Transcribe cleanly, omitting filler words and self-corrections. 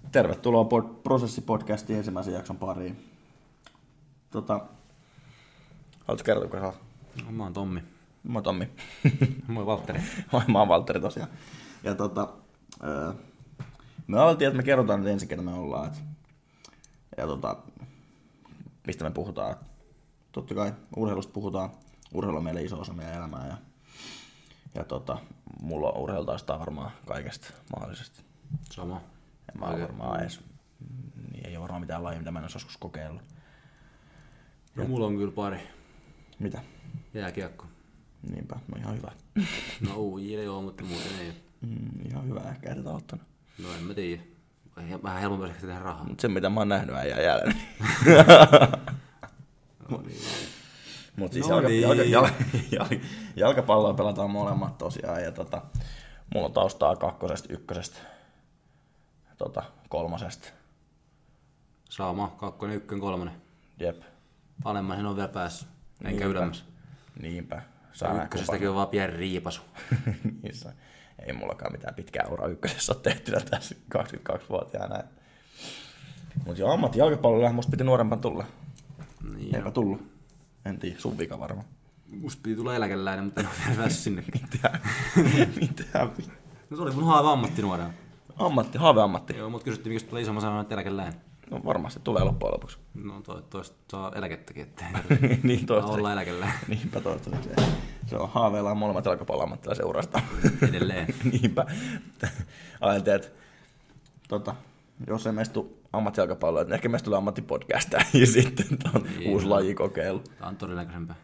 Tervetuloa Prosessi-podcastin ensimmäisen jakson pariin. Haluatko kertoa, kuka sä oot? No, mä oon Tommi. Mä oon Tommi. Moi Valtteri. Mä oon Valtteri tosiaan. Ja me alettiin, että me kerrotaan nyt ensin, ketä me ollaan. Ja mistä me puhutaan. Totta kai urheilusta puhutaan. Urheilu on meille iso osa meidän elämää. Ja mulla on urheilutaustaa varmaan kaikesta mahdollisesti. Sama. En mä ole varmaan edes. Niin ei ole varmaan mitään lajia, mitä mä en olisi joskus kokeillut. No, mulla on kyllä pari. Mitä? Jääkiekko. Niinpä, no ihan hyvä. No uujille joo, mutta muuten ei. Ihan hyvä, ehkä et ottanut. No en mä tiedä. Vähän helpompi ehkä tehdä rahaa. Mut se mitä mä oon nähnyt äijää jälleen. No niin. Mut siis No jalkapalloa pelataan molemmat tosiaan. Ja mulla on taustaa 2., 1, 3. Sama, 2, 1, 3. Jep. Alemman en ole vielä päässyt. Enkä ylemmässä. Niinpä. Ykkösestäkin on vaan pieni riipasu. Niissä. Ei mullakaan mitään pitkää uraa ykkösessä ole tehtynä tässä 22-vuotiaana. Mut joo, ammattijalkapallolla musta piti nuorempaan tulla. Niin. Eipä tullut. En tiedä, sun vika varmaan. Musta piti tulla eläkeläinen, mutta en ole vielä päässyt sinne. Mitä? No se oli mun haave-ammatti nuorena. Haaveammatti. Joo, mut kysyttiin, miksi tulee isomman sanan, että eläkeläinen. No varmasti tulee loppujen lopuksi. No toivottavasti saa eläkettäkin, ettei Niin toivottavasti. olla eläkeläinen. Niinpä toivottavasti. Se on haaveillaan molemmat jalkapalloammattilaisen urasta. Edelleen. Niinpä. Ajattelin, että jos ei meistä tule ammattijalkapalloa, niin ehkä meistä tulee ammattipodcasta ja sitten tämä on uusi lajikokeilu. Tämä on todennäköisempää.